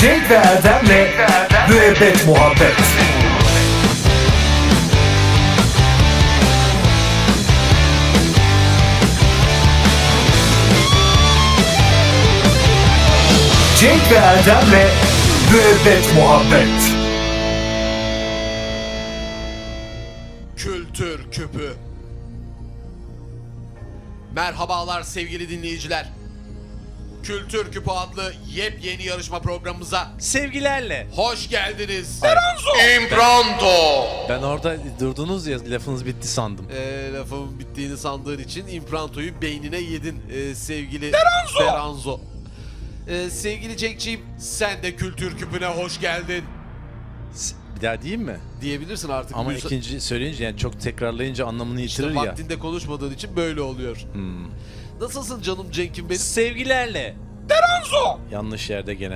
Cenk ve Erdem'le Müebbet Muhabbet. Cenk ve Erdem'le Müebbet Muhabbet. Kültür Küpü. Merhabalar sevgili dinleyiciler. Kültür Küpü adlı yepyeni yarışma programımıza Sevgilerle. hoş geldiniz. İmpranto. Ben orada durdunuz ya, lafınız bitti sandım. Lafımın bittiğini sandığın için imprantoyu beynine yedin sevgili Deranzo. Sevgili Cenk'ciğim, sen de Kültür Küpü'ne hoş geldin Bir daha diyeyim mi? diyebilirsin artık. Ama Bu- ikinci söyleyince, yani çok tekrarlayınca anlamını işte yitirir ya. vaktinde konuşmadığın için böyle oluyor. Nasılsın canım Cenk'im benim? Sevgilerle. Yanlış yerde gene.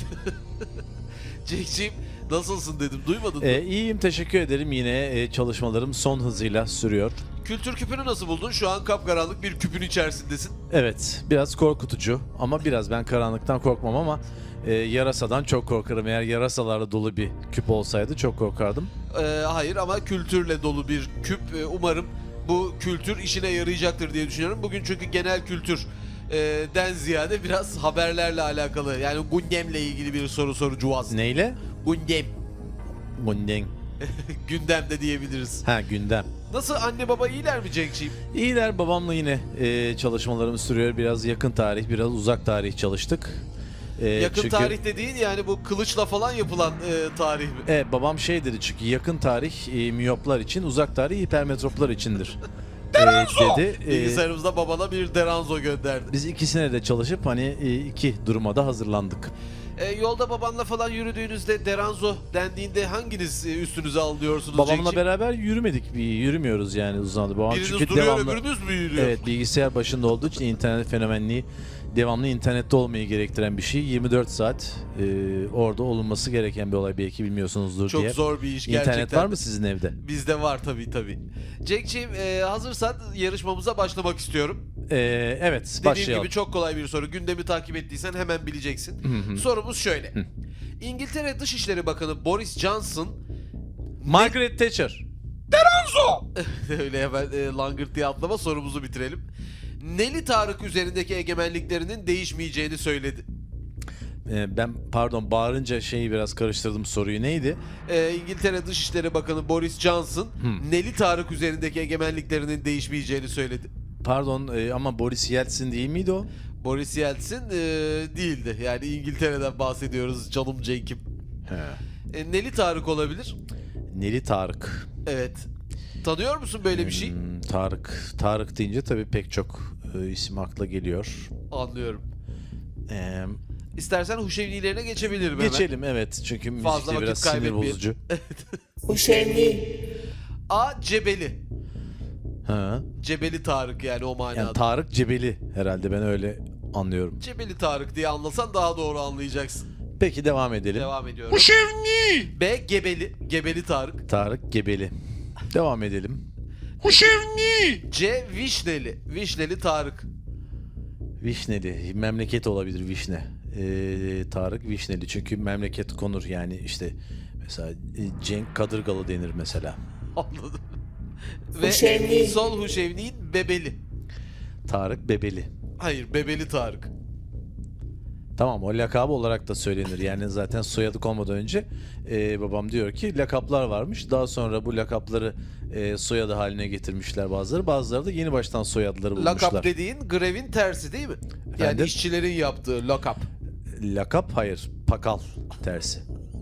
Cenk'ciğim nasılsın dedim, duymadın mı? İyiyim, teşekkür ederim. Yine çalışmalarım son hızıyla sürüyor. Kültür Küpü'nü nasıl buldun? Şu an kapkaranlık bir küpün içerisindesin. Evet, biraz korkutucu ama biraz, ben karanlıktan korkmam ama yarasadan çok korkarım. Eğer yarasalarla dolu bir küp olsaydı çok korkardım. Hayır, ama kültürle dolu bir küp. Umarım bu kültür işine yarayacaktır diye düşünüyorum. Bugün çünkü genel kültür den ziyade biraz haberlerle alakalı. Yani gündemle ilgili bir soru soracağız. Neyle? Gündem. Gündem. Gündemde diyebiliriz. Ha, gündem. Nasıl, anne baba iyiler mi Cenk'ciğim? İyiler, babamla yine çalışmalarımız sürüyor. Biraz yakın tarih, biraz uzak tarih çalıştık. Yakın Çünkü, tarih dediğin yani bu kılıçla falan yapılan tarih mi? Babam şey dedi, çünkü yakın tarih miyoplar için, uzak tarih hipermetroplar içindir. Dedi. Bilgisayarımızda babana bir Deranzo gönderdi. Biz ikisine de çalışıp hani iki duruma da hazırlandık. Yolda babanla falan yürüdüğünüzde Deranzo dendiğinde hanginiz üstünüze alıyorsunuz Babamla Cenk'ciğim? beraber yürümüyoruz yani uzun zamandır. Babam Biriniz çünkü duruyor, devamlı, öbürünüz mü yürüyor? evet, bilgisayar başında olduğu için internet fenomenliği, devamlı internette olmayı gerektiren bir şey. 24 saat orada olunması gereken bir olay, belki bilmiyorsunuzdur Çok diye. zor bir iş gerçekten. İnternet var mı sizin evde? Bizde var tabii. Cenk'ciğim, hazırsan yarışmamıza başlamak istiyorum. Evet, Dediğim başlayalım. gibi çok kolay bir soru. Gündemi takip ettiysen hemen bileceksin. Sorumuz şöyle. İngiltere Dışişleri Bakanı Boris Johnson Margaret Thatcher. öyle hemen langırt diye atlama, sorumuzu bitirelim. Neli Tarık üzerindeki egemenliklerinin değişmeyeceğini söyledi. Ben pardon, bağırınca şeyi biraz karıştırdım, soruyu neydi? İngiltere Dışişleri Bakanı Boris Johnson Neli Tarık üzerindeki egemenliklerinin değişmeyeceğini söyledi. Pardon, ama Boris Yeltsin değil miydi o? Boris Yeltsin değildi. Yani İngiltere'den bahsediyoruz canım Cenk'im. Neli Tarık olabilir. Neli Tarık. Evet. Tanıyor musun böyle bir şey? Tarık deyince tabii pek çok isim akla geliyor. Anlıyorum. Ee, İstersen Huşevnilerine geçebilirim hemen. Geçelim, evet, çünkü Fazla müzikte vakit biraz sinir kaybetmeyelim. bozucu. A. Cebeli. Ha. Cebeli Tarık, yani o manada. Yani Tarık Cebeli herhalde, ben öyle anlıyorum. Cebeli Tarık diye anlasan daha doğru anlayacaksın. Peki, devam edelim. Devam ediyorum. B. Gebeli. Gebeli Tarık. Tarık Gebeli. Devam edelim. C. Vişneli. Vişneli Tarık. Vişneli. Memleket olabilir, Vişne. Tarık Vişneli, çünkü memleket konur yani, işte mesela Cenk Kadırgalı denir mesela. Anladım. Ve son Huşevni'nin Bebeli. Tarık Bebeli. Hayır, Bebeli Tarık. Tamam, o lakabı olarak da söylenir. Yani zaten soyadı konmadan önce babam diyor ki lakaplar varmış. Daha sonra bu lakapları soyadı haline getirmişler bazıları. Bazıları da yeni baştan soyadları bulmuşlar. Lakap dediğin grevin tersi değil mi? Yani Efendim? işçilerin yaptığı lakap. Lakap, hayır, pakal tersi.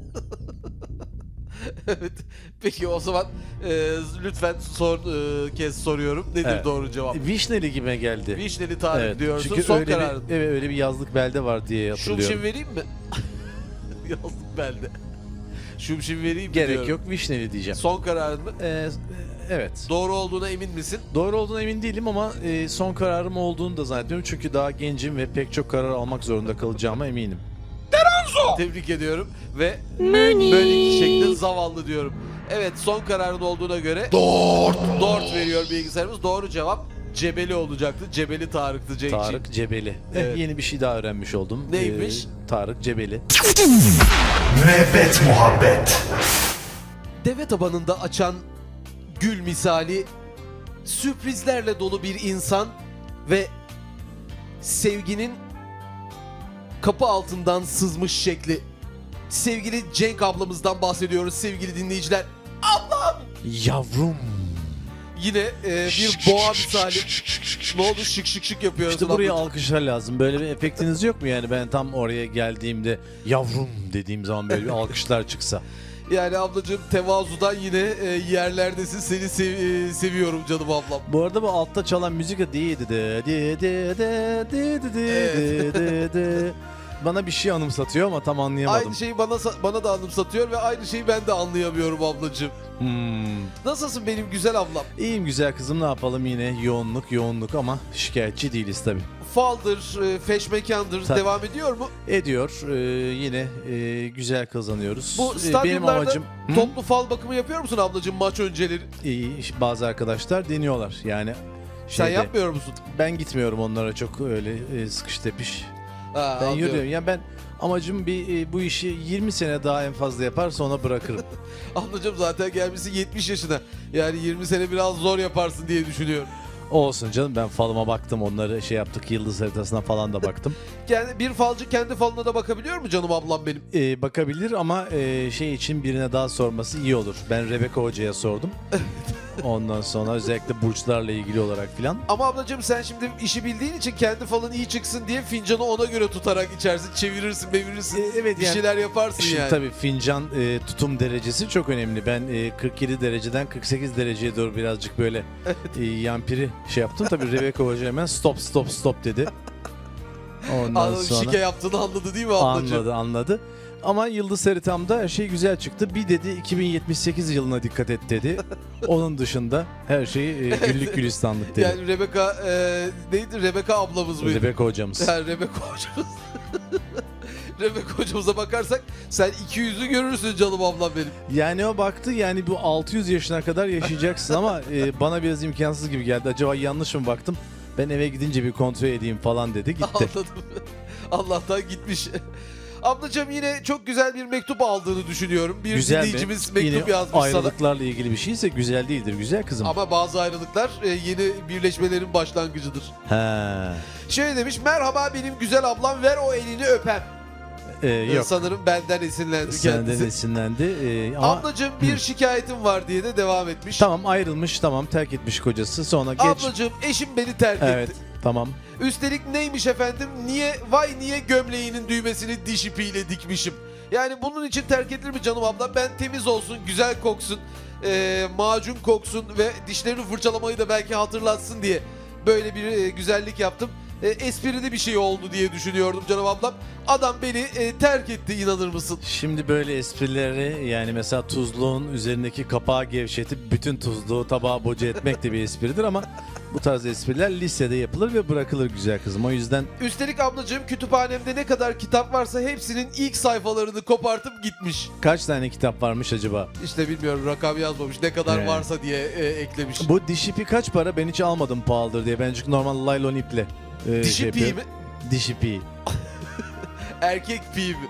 Evet. Peki o zaman lütfen kez soruyorum. Nedir Evet. doğru cevap? Vişneli gibi geldi. Vişneli Tarık Evet, diyorsun. çünkü Son öyle kararın. bir, evet, öyle bir yazlık belde var diye hatırlıyorum. Şumşin vereyim mi? Yazdık belde. Şumşin vereyim mi Gerek diyorum. yok, Vişneli diyeceğim. Son kararın mı? Evet. Doğru olduğuna emin misin? Doğru olduğuna emin değilim ama son kararım olduğunu da zannediyorum. Çünkü daha gencim ve pek çok karar almak zorunda kalacağıma eminim. Tebrik ediyorum ve böyle şeklinde zavallı diyorum. Evet, son kararın olduğuna göre 4 veriyor bilgisayarımız. Doğru cevap Cebeli olacaktı. Cebeli Tarık'tı Cenk'ciğim. Tarık Cebeli. Evet. Yeni bir şey daha öğrenmiş oldum. Neymiş? Tarık Cebeli. Müebbet muhabbet. Deve tabanında açan gül misali, sürprizlerle dolu bir insan ve sevginin kapı altından sızmış şekli. Sevgili Cenk ablamızdan bahsediyoruz sevgili dinleyiciler. Ablam! Yavrum. Yine bir boğa misali. Ne oldu, şık şık şık yapıyorsun. İşte buraya ablacığım. alkışlar lazım. Böyle bir efektiniz yok mu yani? Ben tam oraya geldiğimde yavrum dediğim zaman böyle bir alkışlar çıksa. Yani ablacığım tevazudan yine yerlerdesin. Seni seviyorum canım ablam. Bu arada bu altta çalan müzik de değildi de. Bana bir şey anımsatıyor ama tam anlayamadım. Aynı şeyi bana da anımsatıyor ve aynı şeyi ben de anlayamıyorum ablacığım. Nasılsın benim güzel ablam? İyiyim güzel kızım, ne yapalım, yine yoğunluk ama şikayetçi değiliz tabii. Faldır, feşmekandır Tabii. devam ediyor mu? Ediyor, yine güzel kazanıyoruz. Bu Benim stadyumlarda amacım toplu fal bakımı yapıyor musun ablacığım maç önceleri? bazı arkadaşlar deniyorlar yani. Sen yapmıyor musun? Ben gitmiyorum onlara çok öyle sıkış tepiş. Ha, Ben anlıyorum. yürüyorum. Yani ben amacım bu işi 20 sene daha en fazla yapar sonra bırakırım. Ablacığım zaten gelmişsin 70 yaşına. Yani 20 sene biraz zor yaparsın diye düşünüyorum. Olsun canım, ben falıma baktım, onları şey yaptık, yıldız haritasına falan da baktım. Yani bir falcı kendi falına da bakabiliyor mu canım ablam benim? Bakabilir ama şey için birine daha sorması iyi olur. Ben Rebecca Hoca'ya sordum. Ondan sonra özellikle burçlarla ilgili olarak filan. Ama ablacığım sen şimdi işi bildiğin için kendi falın iyi çıksın diye fincanı ona göre tutarak içersin, çevirirsin, bevirirsin. Evet, bir yani şeyler yaparsın Şimdi yani. tabii fincan tutum derecesi çok önemli. Ben 47 dereceden 48 dereceye doğru birazcık böyle yampiri şey yaptım. Tabii Rebecca Hoca hemen stop dedi. Ondan Anladım, sonra şike yaptığını anladı değil mi ablacığım? anladı. Ama yıldız haritamda her şey güzel çıktı. Bir dedi 2078 yılına dikkat et dedi. Onun dışında her şey güllük gülistanlık dedi. Yani Rebecca neydi? Rebecca ablamız mıydı? Rebecca hocamız. Yani Rebecca hocamız. Rebecca hocamıza bakarsak sen 200'ü görürsün canım ablam benim. Yani o baktı, yani bu 600 yaşına kadar yaşayacaksın ama bana biraz imkansız gibi geldi. Acaba yanlış mı baktım? Ben eve gidince bir kontrol edeyim falan dedi, gitti. Anladım. Allah'tan gitmiş. Ablacığım yine çok güzel bir mektup aldığını düşünüyorum. Bir Güzel mi? dinleyicimiz mektup Yine yazmış sana. ayrılıklarla ilgili bir şeyse güzel değildir güzel kızım. Ama bazı ayrılıklar yeni birleşmelerin başlangıcıdır. He. Şöyle demiş, merhaba benim güzel ablam, ver o elini öpem. Yok. Sanırım benden esinlendi Senden kendisi. esinlendi. Ama Ablacığım bir şikayetim var diye de devam etmiş. tamam, ayrılmış, tamam, terk etmiş kocası, sonra geç. Ablacığım eşim beni terk Evet, etti. tamam. Üstelik neymiş efendim? Niye gömleğinin düğmesini diş ipiyle dikmişim? Yani bunun için terk edilir mi canım abla? Ben temiz olsun, güzel koksun, macun koksun ve dişlerini fırçalamayı da belki hatırlatsın diye böyle bir güzellik yaptım. Esprili bir şey oldu diye düşünüyordum canım ablam. Adam beni terk etti, inanır mısın? Şimdi böyle esprileri, yani mesela tuzluğun üzerindeki kapağı gevşetip bütün tuzluğu tabağa boca etmek de bir espridir ama bu tarz espriler lisede yapılır ve bırakılır güzel kızım. O yüzden Üstelik ablacığım kütüphanemde ne kadar kitap varsa hepsinin ilk sayfalarını kopartıp gitmiş. kaç tane kitap varmış acaba? İşte bilmiyorum, rakam yazmamış, ne kadar Evet. varsa diye eklemiş. Bu diş ipi kaç para? Ben hiç almadım pahalıdır diye. Ben çünkü normal laylon iple Diş şey ipi yapıyorum. mi? Diş ipi. Erkek pi mi?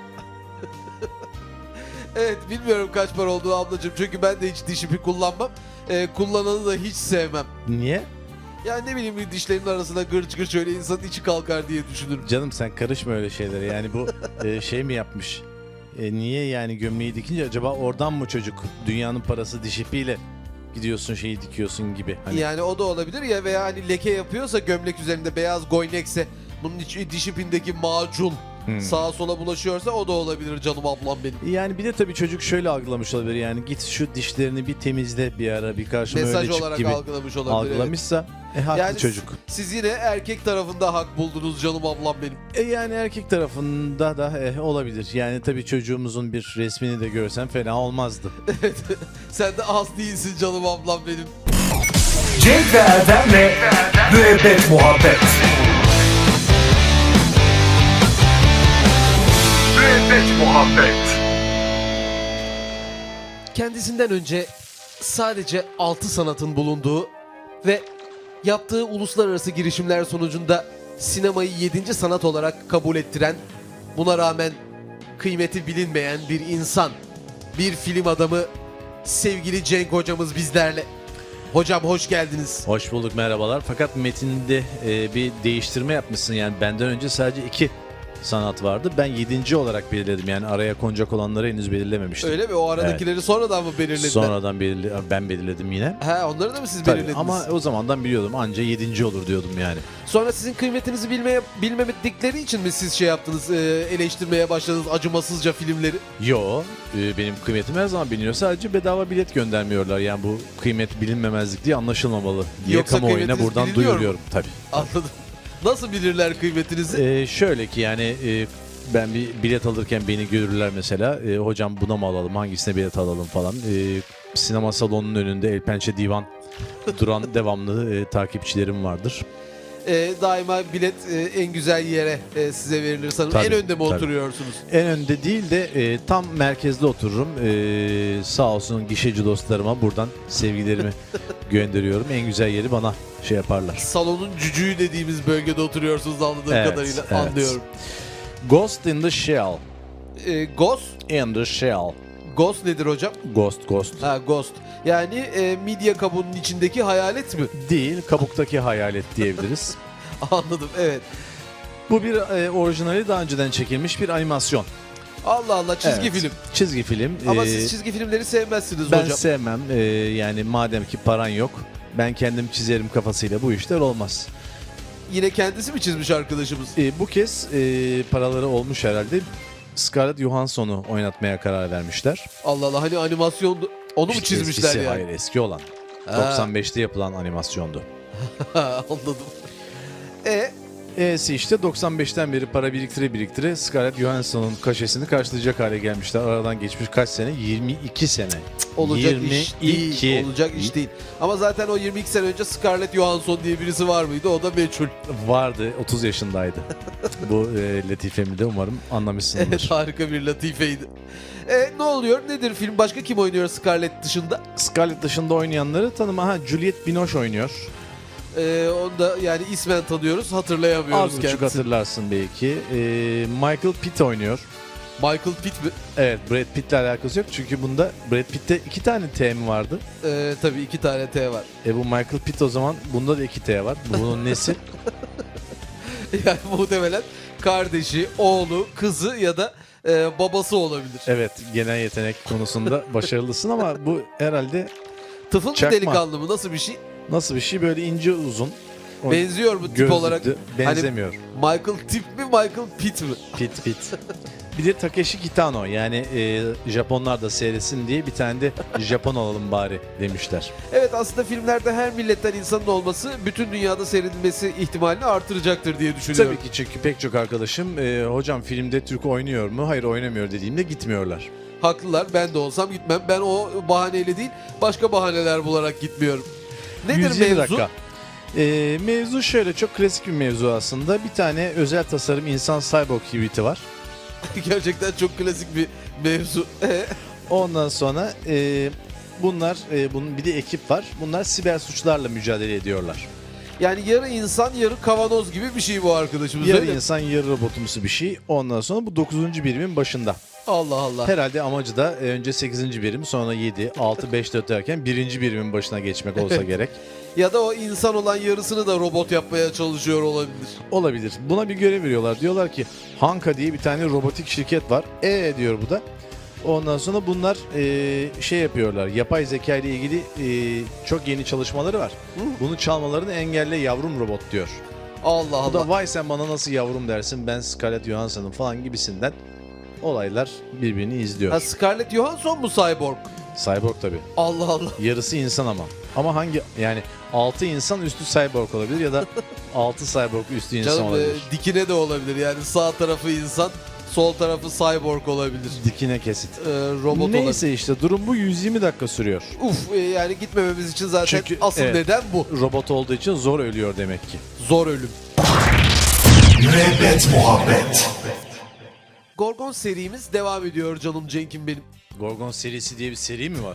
Evet, bilmiyorum kaç para olduğunu ablacığım, çünkü ben de hiç diş ipi kullanmam. Kullananı da hiç sevmem. Niye? Yani ne bileyim, şehirlerin arasında gırç gırç öyle insanın içi kalkar diye düşünürüm. Canım sen karışma öyle şeylere. Yani bu şey mi yapmış? Niye yani gömleği dikince acaba oradan mı çocuk? Dünyanın parası diş ipiyle gidiyorsun şeyi dikiyorsun gibi. Hani Yani o da olabilir ya, veya hani leke yapıyorsa gömlek üzerinde, beyaz goynekse bunun içi diş ipindeki macun sağa sola bulaşıyorsa o da olabilir canım ablam benim. yani bir de tabii çocuk şöyle algılamış olabilir, yani git şu dişlerini bir temizle bir ara, bir karşıma Mesaj öyle çık olarak gibi algılamış olabilir. algılamışsa haklı Yani çocuk. Siz yine erkek tarafında hak buldunuz canım ablam benim. Yani erkek tarafında da olabilir. Yani tabii çocuğumuzun bir resmini de görsem fena olmazdı. Sen de az değilsin canım ablam benim. Cenk ve Erdem'le Müebbet Muhabbet. Müebbet Muhabbet. Kendisinden önce sadece 6 sanatın bulunduğu ve Yaptığı uluslararası girişimler sonucunda sinemayı 7. sanat olarak kabul ettiren, buna rağmen kıymeti bilinmeyen bir insan, bir film adamı, sevgili Cenk hocamız bizlerle. Hocam hoş geldiniz. Hoş bulduk, merhabalar. Fakat metinde bir değiştirme yapmışsın. Yani benden önce sadece 2 sanat vardı. Ben 7. olarak belirledim. Yani araya konacak olanları henüz belirlememiştim. Öyle mi? O aradakileri sonradan mı belirlediler? Sonradan ben belirledim yine. He, onları da mı siz Tabii, belirlediniz? ama o zamandan biliyordum. Anca 7. olur diyordum yani. Sonra sizin kıymetinizi bilmemedikleri için mi siz şey yaptınız, eleştirmeye başladınız acımasızca filmleri? Yo, benim kıymetim her zaman biliniyor. Sadece bedava bilet göndermiyorlar. Yani bu kıymet bilinmemezlik diye anlaşılmamalı diye Yoksa kamuoyuna kıymetiniz buradan biliniyor mu? duyuruyorum. Tabii. Anladım. Nasıl bilirler kıymetinizi? Şöyle ki yani ben bir bilet alırken beni görürler mesela. Hocam buna mı alalım, hangisine bilet alalım falan. Sinema salonunun önünde el pençe divan duran devamlı takipçilerim vardır. Daima bilet en güzel yere size verilir sanırım. Tabii, En önde mi tabii. oturuyorsunuz? En önde değil de tam merkezde otururum. Sağ olsun gişeci dostlarıma buradan sevgilerimi gönderiyorum. En güzel yeri bana şey yaparlar. Salonun cücüğü dediğimiz bölgede oturuyorsunuz anladığım Evet, kadarıyla. evet. Anlıyorum. Ghost in the Shell. Ghost? In the Shell. Ghost nedir hocam? Ghost. Ha, Ghost. Yani midye kabuğunun içindeki hayalet mi? Değil, kabuktaki hayalet diyebiliriz. Anladım, evet. Bu bir orijinali daha önceden çekilmiş bir animasyon. Allah Allah, çizgi Evet, film. Çizgi film. Ama siz çizgi filmleri sevmezsiniz Ben hocam. sevmem. Yani madem ki paran yok, ben kendim çizerim kafasıyla bu işler olmaz. Yine kendisi mi çizmiş arkadaşımız? Bu kez paraları olmuş herhalde. Scarlett Johansson'u oynatmaya karar vermişler. Allah Allah, hani animasyon onu mu İşte çizmişler eskisi, yani? Hayır, eski olan. Ha. 95'te yapılan animasyondu. Anladım. E'si işte 95'ten beri para biriktire Scarlett Johansson'un kaşesini karşılayacak hale gelmişler. Aradan geçmiş kaç sene? 22 sene. Olacak 22. iş değil. Olacak iş değil. Ama zaten o 22 sene önce Scarlett Johansson diye birisi var mıydı? O da meçhul. Vardı, 30 yaşındaydı. Bu latifemi de umarım anlamışsındır. Evet, harika bir latifeydi. Ne oluyor? Nedir film? Başka kim oynuyor Scarlett dışında? Scarlett dışında oynayanları tanıma. Juliette Binoche oynuyor. Onu da yani ismen tanıyoruz. Hatırlayamıyoruz Az buçuk kendisini. hatırlarsın belki. Michael Pitt oynuyor. Michael Pitt mi? Evet, Brad Pitt'le alakası yok. Çünkü bunda Brad Pitt'te 2 tane T mi vardı? Tabii 2 tane T var. Bu Michael Pitt o zaman bunda da 2 T var. Bunun nesi? Yani muhtemelen kardeşi, oğlu, kızı ya da babası olabilir. Evet, genel yetenek konusunda başarılısın ama bu herhalde Tıfıl mı, Çakma. delikanlı mı? Nasıl bir şey? nasıl bir şey, böyle ince uzun. O Benziyor mu tip gözlüklü, olarak? Benzemiyor. Hani Michael tip mi, Michael Pitt mi? Pitt. Bir de Takeshi Kitano, yani Japonlar da seyretsin diye bir tane de Japon alalım bari demişler. Evet, aslında filmlerde her milletten insanın olması bütün dünyada seyredilmesi ihtimalini artıracaktır diye düşünüyorum. Tabii ki, çünkü pek çok arkadaşım hocam filmde Türk oynuyor mu? Hayır, oynamıyor dediğimde gitmiyorlar. Haklılar, ben de olsam gitmem. Ben o bahaneyle değil, başka bahaneler bularak gitmiyorum. Nedir 120 mevzu? dakika. Mevzu şöyle, çok klasik bir mevzu aslında. Bir tane özel tasarım insan cyborg hibriti var. Gerçekten çok klasik bir mevzu. Ondan sonra bunlar, bunun bir de ekip var. Bunlar siber suçlarla mücadele ediyorlar. Yani yarı insan, yarı kavanoz gibi bir şey bu arkadaşımız. Yarı öyle mi? insan, yarı robotumsu bir şey. Ondan sonra bu 9. birimin başında. Allah Allah. Herhalde amacı da önce 8. birim, sonra 7, 6, 5, 4 derken 1. birimin başına geçmek olsa gerek. Ya da o insan olan yarısını da robot yapmaya çalışıyor olabilir. Olabilir. Buna bir görev veriyorlar. Diyorlar ki Hanka diye bir tane robotik şirket var. Diyor bu da. Ondan sonra bunlar şey yapıyorlar. Yapay zeka ile ilgili çok yeni çalışmaları var. Bunu çalmalarını engelle yavrum robot diyor. Allah Bu da Allah. vay sen bana nasıl yavrum dersin, ben Scarlett Johansson'ım falan gibisinden olaylar birbirini izliyor. Ha, Scarlett Johansson mu cyborg? Cyborg tabii. Allah Allah. Yarısı insan ama. Ama hangi, yani 6 insan üstü cyborg olabilir ya da 6 cyborg üstü insan Canım olabilir. dikine de olabilir. Yani sağ tarafı insan, sol tarafı cyborg olabilir. Dikine kesit. Robot olabilir. Neyse işte durum bu, 120 dakika sürüyor. Yani gitmememiz için zaten Çünkü, asıl evet, neden bu. robot olduğu için zor ölüyor demek ki. Zor ölüm. Müebbet muhabbet. Gorgon serimiz devam ediyor canım Cenk'im benim. Gorgon serisi diye bir seri mi var?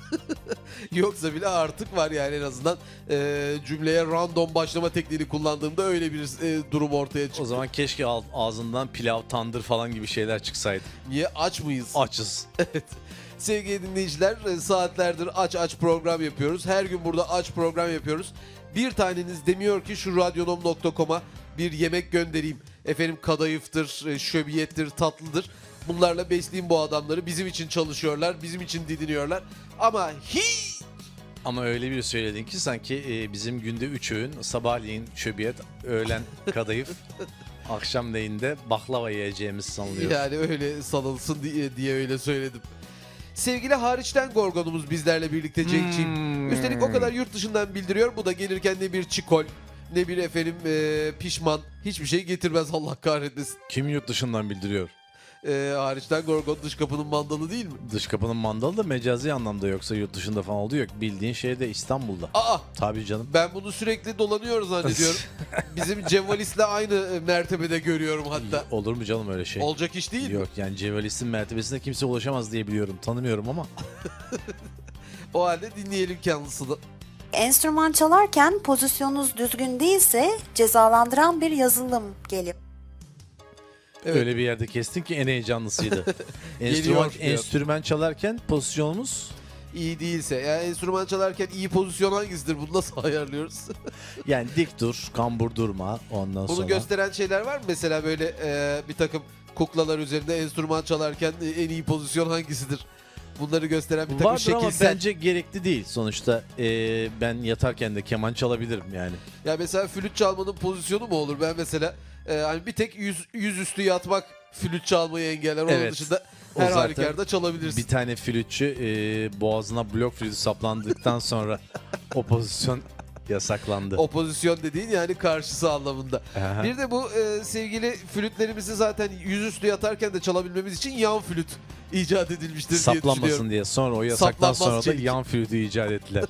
Yoksa bile artık var yani en azından cümleye random başlama tekniğini kullandığımda öyle bir durum ortaya çıktı. O zaman keşke ağzından pilav, tandır falan gibi şeyler çıksaydı. Niye aç mıyız? Açız. Evet. Sevgili dinleyiciler saatlerdir aç program yapıyoruz. Her gün burada aç program yapıyoruz. Bir taneniz demiyor ki şu radyonom.com'a bir yemek göndereyim. Efendim kadayıftır, şöbiyettir, tatlıdır. Bunlarla besleyeyim bu adamları. Bizim için çalışıyorlar, bizim için didiniyorlar. Ama Ama öyle bir söyledin ki sanki bizim günde 3 öğün sabahleyin şöbiyet, öğlen kadayıf, akşamleyin de baklava yiyeceğimiz sanılıyor. yani öyle sanılsın diye öyle söyledim. Sevgili hariçten Gorgon'umuz bizlerle birlikte Cenk'ciğim. Üstelik o kadar yurt dışından bildiriyor. Bu da gelirken ne bir çikol, ne bir efendim pişman. Hiçbir şey getirmez Allah kahretmesin. Kim yurt dışından bildiriyor? Hariçten Gorgon dış kapının mandalı değil mi? Dış kapının mandalı da mecazi anlamda, yoksa yurt dışında falan oluyor. Bildiğin şeyde İstanbul'da. Aa! Tabii canım. Ben bunu sürekli dolanıyor zannediyorum. Bizim Cevalis'le aynı mertebede görüyorum hatta. Olur mu canım öyle şey? Olacak iş değil mi? Yok yani Cevalis'in mertebesine kimse ulaşamaz diye biliyorum. Tanımıyorum ama. O halde dinleyelim kendisini. Enstrüman çalarken pozisyonunuz düzgün değilse cezalandıran bir yazılım geliyor. Evet. Öyle bir yerde kestin ki en heyecanlısıydı. Geliyor. enstrüman çalarken pozisyonumuz İyi değilse. Yani enstrüman çalarken iyi pozisyon hangisidir? Bunu nasıl ayarlıyoruz? yani dik dur, kambur durma ondan Bunu sonra. gösteren şeyler var mı? Mesela böyle bir takım kuklalar üzerinde enstrüman çalarken en iyi pozisyon hangisidir? Bunları gösteren bir takım Vardır ama şekilsel. bence gerekli değil. Sonuçta ben yatarken de keman çalabilirim yani. Ya mesela flüt çalmanın pozisyonu mu olur? Ben mesela hani bir tek yüzüstü yatmak flüt çalmayı engeller. Onun Evet. dışında O her zaten halükarda çalabilirsin. Bir tane flütçü boğazına blok flütü saplandıktan sonra o pozisyon yasaklandı. O pozisyon dediğin yani karşısı anlamında. Aha. Bir de bu sevgili flütlerimizi zaten yüzüstü yatarken de çalabilmemiz için yan flüt icat edilmiştir diye Saplanmasın düşünüyorum. diye. Sonra o yasaktan Saplanmaz sonra da çelik. yan flütü icat ettiler.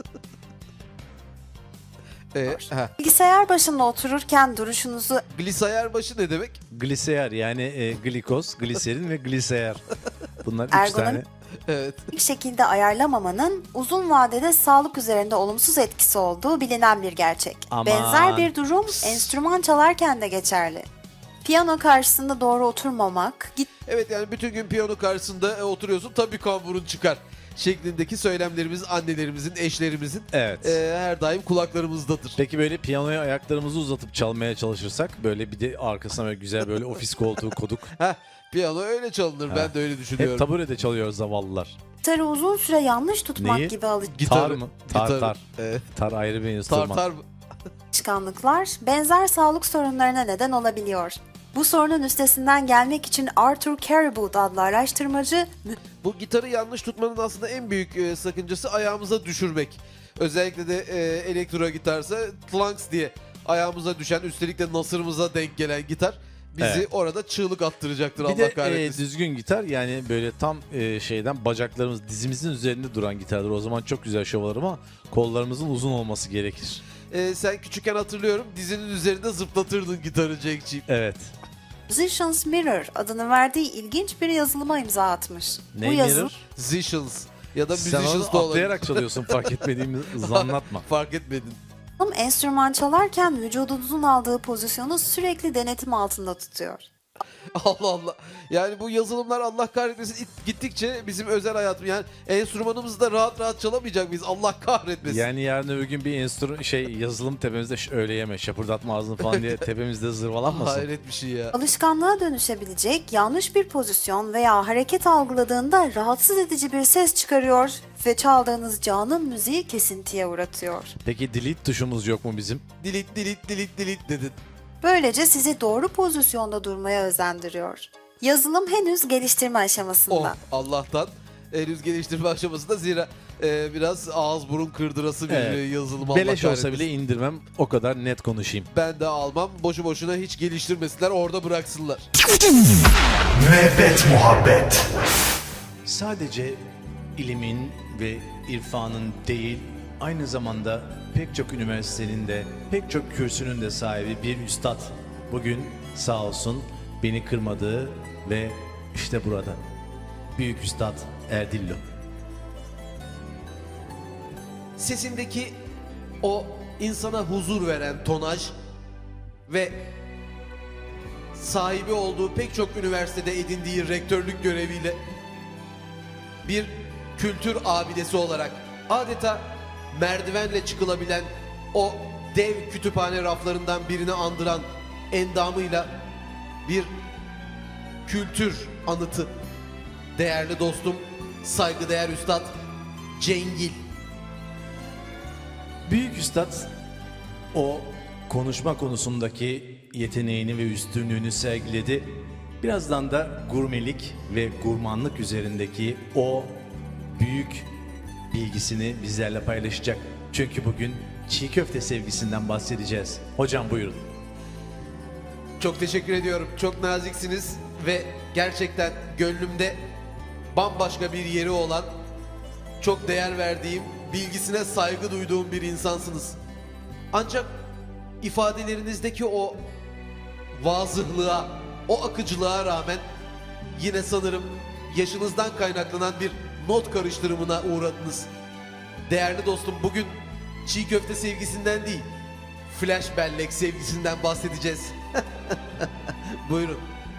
Bilgisayar başında otururken duruşunuzu Glisayar başı ne demek? Gliseyer yani glikoz, gliserin ve gliseyer. Bunlar 3 Ergonomik- tane. Evet. bir şekilde ayarlamamanın uzun vadede sağlık üzerinde olumsuz etkisi olduğu bilinen bir gerçek. Aman. Benzer bir durum enstrüman çalarken de geçerli. Piyano karşısında doğru oturmamak, Evet yani bütün gün piyano karşısında oturuyorsun tabii kamburun çıkar şeklindeki söylemlerimiz annelerimizin, eşlerimizin Evet. her daim kulaklarımızdadır. Peki böyle piyanoya ayaklarımızı uzatıp çalmaya çalışırsak, böyle bir de arkasına böyle güzel böyle ofis koltuğu koduk. Heh, piyano öyle çalınır ben de öyle düşünüyorum. Hep taburede çalıyor zavallılar. gitarı uzun süre yanlış tutmak Neyi? gibi Tar mı? gitarı. Tar. Evet. Tar ayrı bir enstrüman. Tartar alışkanlıklar benzer sağlık sorunlarına neden olabiliyor. Bu sorunun üstesinden gelmek için Arthur Caribou adlı araştırmacı Bu gitarı yanlış tutmanın aslında en büyük sakıncası ayağımıza düşürmek. Özellikle de elektro gitarsa tlanks diye ayağımıza düşen, üstelik de nasırımıza denk gelen gitar bizi Evet. orada çığlık attıracaktır Bir Allah de kahretmesin. düzgün gitar, yani böyle tam şeyden bacaklarımız dizimizin üzerinde duran gitardır. O zaman çok güzel şov alır ama kollarımızın uzun olması gerekir. Sen küçükken hatırlıyorum dizinin üzerinde zıplatırdın gitarı Cenk'ciğim. Evet. Musician's Mirror adını verdiği ilginç bir yazılıma imza atmış. Ne Bu yazılım mirror? Musicians ya da Sen musicians onu da olabilir. atlayarak çalıyorsun, fark etmediğimi anlatma. Fark etmedin. enstrüman çalarken vücudunuzun aldığı pozisyonu sürekli denetim altında tutuyor. Allah Allah. Yani bu yazılımlar Allah kahretmesin gittikçe bizim özel hayatım yani enstrümanımızı da rahat rahat çalamayacak mıyız? Allah kahretmesin. Yani yarın öbür gün bir yazılım tepemizde öyle yeme, şapırdatma ağzını falan diye tepemizde zırvalanmasın. Hayret bir şey ya. Alışkanlığa dönüşebilecek yanlış bir pozisyon veya hareket algıladığında rahatsız edici bir ses çıkarıyor ve çaldığınız canlı müziği kesintiye uğratıyor. Peki delete tuşumuz yok mu bizim? Delete dedin. Böylece sizi doğru pozisyonda durmaya özendiriyor. Yazılım henüz geliştirme aşamasında. Oh Allah'tan henüz geliştirme aşamasında zira biraz ağız burun kırdırası bir Evet. yazılım. Allah Beleş olsa kahretmesin. bile indirmem, o kadar net konuşayım. Ben de almam. Boşu boşuna hiç geliştirmesinler orada bıraksınlar. Müebbet muhabbet. Sadece ilimin ve irfanın değil, aynı zamanda pek çok üniversitenin de, pek çok kürsünün de sahibi bir üstad. Bugün sağ olsun beni kırmadığı ve işte burada. Büyük Üstad Erdillo. Sesindeki o insana huzur veren tonaj ve sahibi olduğu pek çok üniversitede edindiği rektörlük göreviyle bir kültür abidesi olarak adeta merdivenle çıkılabilen o dev kütüphane raflarından birini andıran endamıyla bir kültür anıtı. Değerli dostum, saygıdeğer üstad Cengil. Büyük Üstad o konuşma konusundaki yeteneğini ve üstünlüğünü sergiledi. Birazdan da gurmelik ve gurmanlık üzerindeki o büyük bilgisini bizlerle paylaşacak. Çünkü bugün çiğ köfte sevgisinden bahsedeceğiz. Hocam buyurun. Çok teşekkür ediyorum. Çok naziksiniz ve gerçekten gönlümde bambaşka bir yeri olan, çok değer verdiğim, bilgisine saygı duyduğum bir insansınız. Ancak ifadelerinizdeki o vazıhlığa, o akıcılığa rağmen yine sanırım yaşınızdan kaynaklanan bir not karıştırımına uğradınız. Değerli dostum, bugün çiğ köfte sevgisinden değil, flash bellek sevgisinden bahsedeceğiz. Buyurun.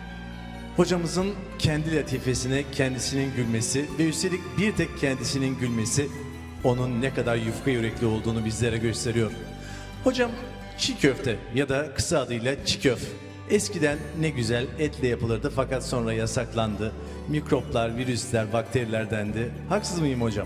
Hocamızın kendi latifesine kendisinin gülmesi ve üstelik bir tek kendisinin gülmesi onun ne kadar yufka yürekli olduğunu bizlere gösteriyor. Hocam çiğ köfte ya da kısa adıyla çiğ köf. Eskiden ne güzel etle yapılırdı fakat sonra yasaklandı. Mikroplar, virüsler, bakteriler dendi. Haksız mıyım hocam?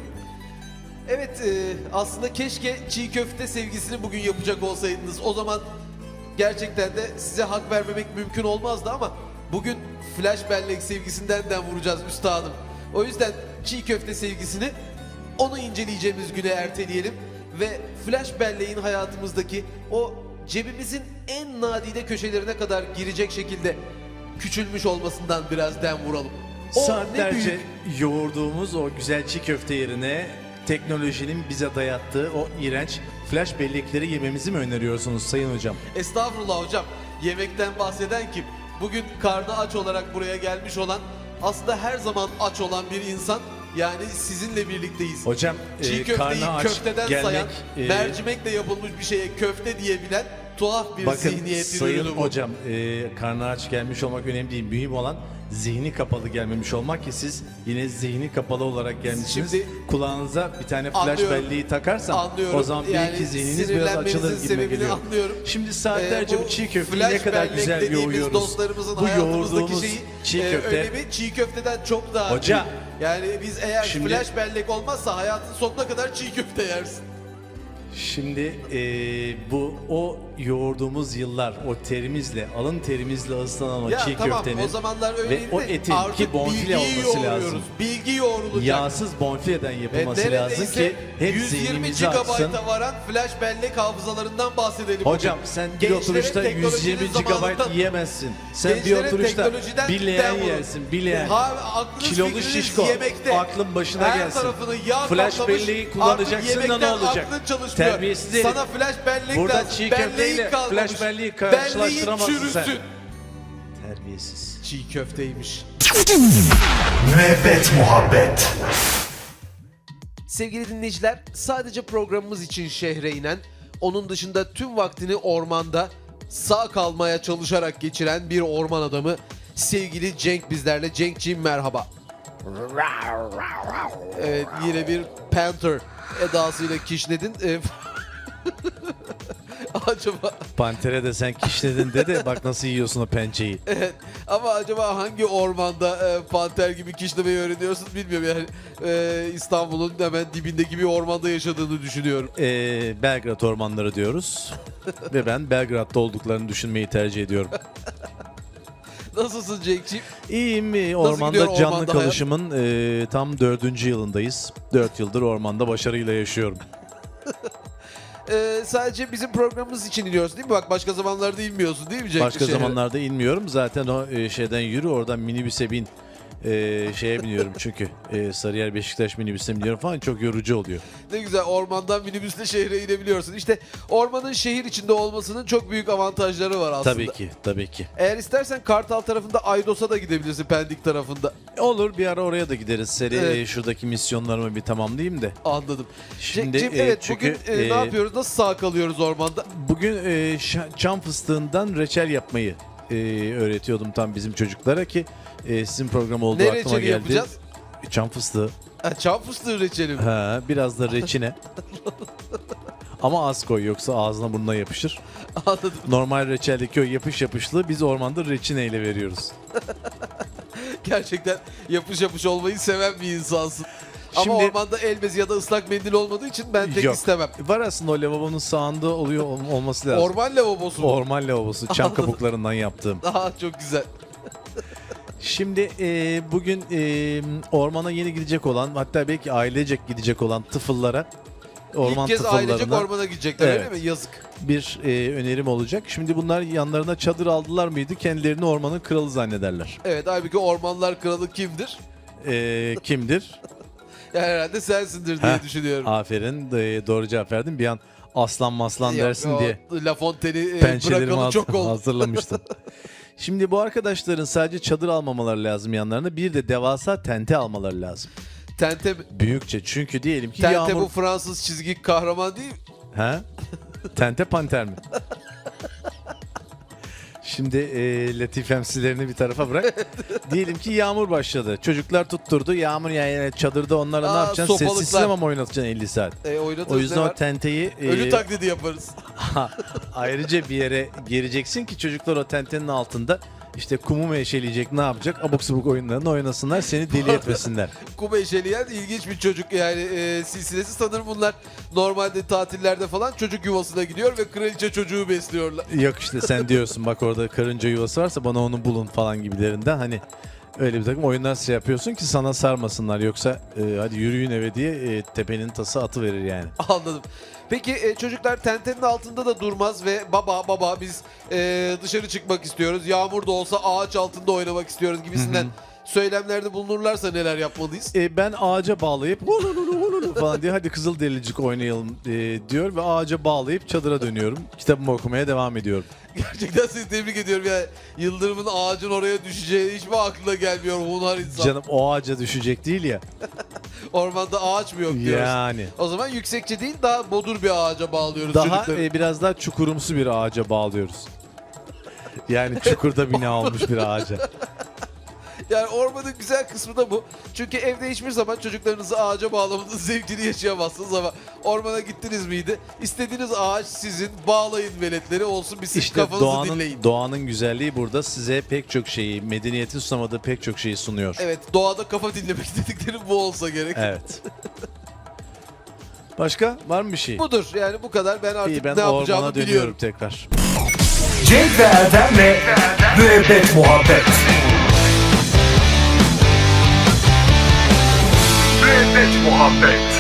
Evet, aslında keşke çiğ köfte sevgisini bugün yapacak olsaydınız. O zaman gerçekten de size hak vermemek mümkün olmazdı ama bugün flash bellek sevgisinden vuracağız üstadım. O yüzden çiğ köfte sevgisini onu inceleyeceğimiz güne erteleyelim ve flash belleğin hayatımızdaki o cebimizin en nadide köşelerine kadar girecek şekilde küçülmüş olmasından biraz dem vuralım. O ne Saatlerce büyük. yoğurduğumuz o güzel çiğ köfte yerine teknolojinin bize dayattığı o iğrenç flash bellekleri yememizi mi öneriyorsunuz Sayın Hocam? Estağfurullah hocam. Yemekten bahseden kim? Bugün karnı aç olarak buraya gelmiş olan, aslında her zaman aç olan bir insan. Yani sizinle birlikteyiz. Hocam Çiğ köfteyi karnı aç köfteden gelmek, sayan, mercimekle yapılmış bir şeye köfte diyebilen tuhaf bir bakın zihniyetin Sayın ürünü bu. Hocam karnı aç gelmiş olmak önemli değil. Mühim olan zihni kapalı gelmemiş olmak ki siz yine zihni kapalı olarak gelmişsiniz. Şimdi Kulağınıza bir tane flash anlıyorum, belleği takarsam anlıyorum. o zaman Yani belki zihniniz biraz sinirlenmenizin açılır gibi sebebini geliyor. anlıyorum. Şimdi saatlerce Bu bu çiğ köfteyi flash ne kadar bellek güzel dediğimiz yoğuruyoruz. dostlarımızın Bu hayatımızdaki yoğurduğumuz şeyi çiğ köfte önemi çiğ köfteden çok daha Hocam, büyük. Yani biz eğer şimdi- flash bellek olmazsa hayatın sonuna kadar çiğ köfte yersin. Şimdi bu o yoğurduğumuz yıllar o terimizle alın terimizle ıslanan o Ya çiğ tamam, köftenin o zamanlar ve öyleydi o de etin artık ki bonfile bilgiyi olması yoğuruyoruz. lazım. Bilgi yoğrulacak. Yağsız bonfileden yapılması lazım ki hep 120 zihnimizi açsın. GB'a varan flash bellek hafızalarından bahsedelim. Hocam bugün. sen bir Gençlere oturuşta teknolojinin 120 zamanında- GB yiyemezsin. Sen bir Gençlere oturuşta teknolojiden bileğen dem vurun. yersin. Bileğen. Aklınız Kilolu fikriniz şişko. yemekte. Aklın başına Her gelsin. tarafını yağ Flash kaplamış, belleği artık kullanacaksın da ne yemekten olacak? aklın çalışmıyor. Terbiyesiz herif. Sana flash bellek Burada lazım. çiğ Belleğin köfteyle kalmamış. flash belleği karşılaştıramazsın Belleğin sen. çürüsün. Terbiyesiz. Çiğ köfteymiş. Müebbet muhabbet. Sevgili dinleyiciler, sadece programımız için şehre inen, onun dışında tüm vaktini ormanda sağ kalmaya çalışarak geçiren bir orman adamı sevgili Cenk bizlerle. Cenk'ciğim merhaba. Evet, yine bir Panther edasıyla kişnedin. Acaba Pantere de sen kişnedin de bak nasıl yiyorsun o pençeyi. evet, ama acaba hangi ormanda panter gibi kişnemeyi öğreniyorsun bilmiyorum yani. İstanbul'un hemen dibindeki bir ormanda yaşadığını düşünüyorum. Belgrad ormanları diyoruz. Ve ben Belgrad'da olduklarını düşünmeyi tercih ediyorum. Nasılsın Cenk'ciğim? İyiyim. gidiyor Ormanda canlı ormanda hayat? kalışımın tam 4. yılındayız. 4 yıldır ormanda başarıyla yaşıyorum. Sadece bizim programımız için iniyorsun değil mi? Bak başka zamanlarda inmiyorsun değil mi Cenk? Başka zamanlarda inmiyorum. Zaten o şeyden yürü oradan minibüse bin Şeye biniyorum çünkü Sarıyer Beşiktaş minibüsüne biniyorum falan, çok yorucu oluyor. Ne güzel, ormandan minibüsle şehre inebiliyorsun. İşte ormanın şehir içinde olmasının çok büyük avantajları var aslında. Tabii ki, tabii ki. Eğer istersen Kartal tarafında Aydos'a da gidebilirsin, Pendik tarafında. Olur, bir ara oraya da gideriz. Evet. Şuradaki misyonlarımı bir tamamlayayım da. Anladım. Şimdi, Cem, evet çünkü, bugün ne yapıyoruz? Nasıl sağ kalıyoruz ormanda? Bugün çam fıstığından reçel yapmayı öğretiyordum tam bizim çocuklara ki sizin program olduğu Ne aklıma reçeli geldi. yapacağız? Çam fıstığı. Çam fıstığı reçeli mi? Ha, biraz da reçine. Ama az koy, yoksa ağzına burnuna yapışır. Anladım. Normal reçeldeki o yapış yapışlı biz ormanda reçineyle veriyoruz. Gerçekten yapış yapış olmayı seven bir insansın. Ama Şimdi- ormanda el bezi ya da ıslak mendil olmadığı için ben pek Yok. istemem. Var aslında, o lavabonun sağında oluyor olması lazım. Orman lavabosu mu? Orman lavabosu, çam Anladım. kabuklarından yaptığım. Aha, çok güzel. Şimdi bugün ormana yeni gidecek olan, hatta belki ailecek gidecek olan tıfıllara, orman İlk kez ailecek tıfıllarına ormana gidecekler, Evet. öyle mi? Yazık. bir önerim olacak. Şimdi bunlar yanlarına çadır aldılar mıydı kendilerini ormanın kralı zannederler. Evet, halbuki ormanlar kralı kimdir? Kimdir? Yani herhalde sensindir diye Heh, düşünüyorum. Aferin, doğru cevap verdin. Bir an aslan maslan Yok, dersin o diye La Fontaine'i pençelerimi bırakalı çok oldu. hazırlamıştım. Şimdi bu arkadaşların sadece çadır almamaları lazım yanlarına. Bir de devasa tente almaları lazım. Tente mi? Büyükçe, çünkü diyelim ki Tente yağmur... bu Fransız çizgi kahraman değil mi? Ha? Tente panter mi? Şimdi latifemsilerini bir tarafa bırak. Diyelim ki yağmur başladı. Çocuklar tutturdu. Yağmur yağıyor. Çadırda onlara ne yapacaksın? sopalıklar. Sessiz sinema mı oynatacaksın 50 saat? Oynatırız, O yüzden ne o var? tenteyi Ölü taklidi yaparız. ayrıca bir yere gereceksin ki çocuklar o tentenin altında işte kumu mu eşeleyecek, ne yapacak? Abuk subuk oyunlarını oynasınlar, seni deli etmesinler. Kuma eşeleyen ilginç bir çocuk yani silsilesi, sanırım bunlar normalde tatillerde falan çocuk yuvasına gidiyor ve kraliçe çocuğu besliyorlar. Yok işte, sen diyorsun bak orada karınca yuvası varsa bana onu bulun falan gibilerinden, hani öyle bir takım oyunlar şey yapıyorsun ki sana sarmasınlar, yoksa hadi yürüyün eve diye tepenin tası atıverir yani. Anladım. Peki çocuklar tentenin altında da durmaz ve baba biz dışarı çıkmak istiyoruz. Yağmur da olsa ağaç altında oynamak istiyoruz gibisinden söylemlerde bulunurlarsa neler yapmalıyız? Ben ağaca bağlayıp falan diye hadi Kızıldericik oynayalım diyor ve ağaca bağlayıp çadıra dönüyorum. Kitabımı okumaya devam ediyorum. Gerçekten seni tebrik ediyorum ya. Yıldırımın ağacın oraya düşeceği hiç mi aklına gelmiyor hunar insan? Canım, o ağaca düşecek değil ya. Ormanda ağaç mı yok diyoruz. Yani. O zaman yüksekçe değil, daha bodur bir ağaca bağlıyoruz Daha çocukları. biraz daha çukurumsu bir ağaca bağlıyoruz. Yani çukurda bina olmuş bir ağaca. Yani ormanın güzel kısmı da bu. Çünkü evde hiçbir zaman çocuklarınızı ağaca bağlamanın zevkini yaşayamazsınız ama ormana gittiniz miydi? İstediğiniz ağaç sizin, bağlayın veletleri, olsun bir siz İşte kafanızı dinleyin. doğanın güzelliği burada size pek çok şeyi, medeniyetin sunamadığı pek çok şeyi sunuyor. Evet, doğada kafa dinlemek dedikleri bu olsa gerek. Evet. Başka var mı bir şey? Budur yani, bu kadar. Ben artık İyi, ben ne ormana yapacağımı dönüyorum biliyorum. tekrar. Cenk ve Erdem'le Müebbet Muhabbet. Müebbet muhabbet.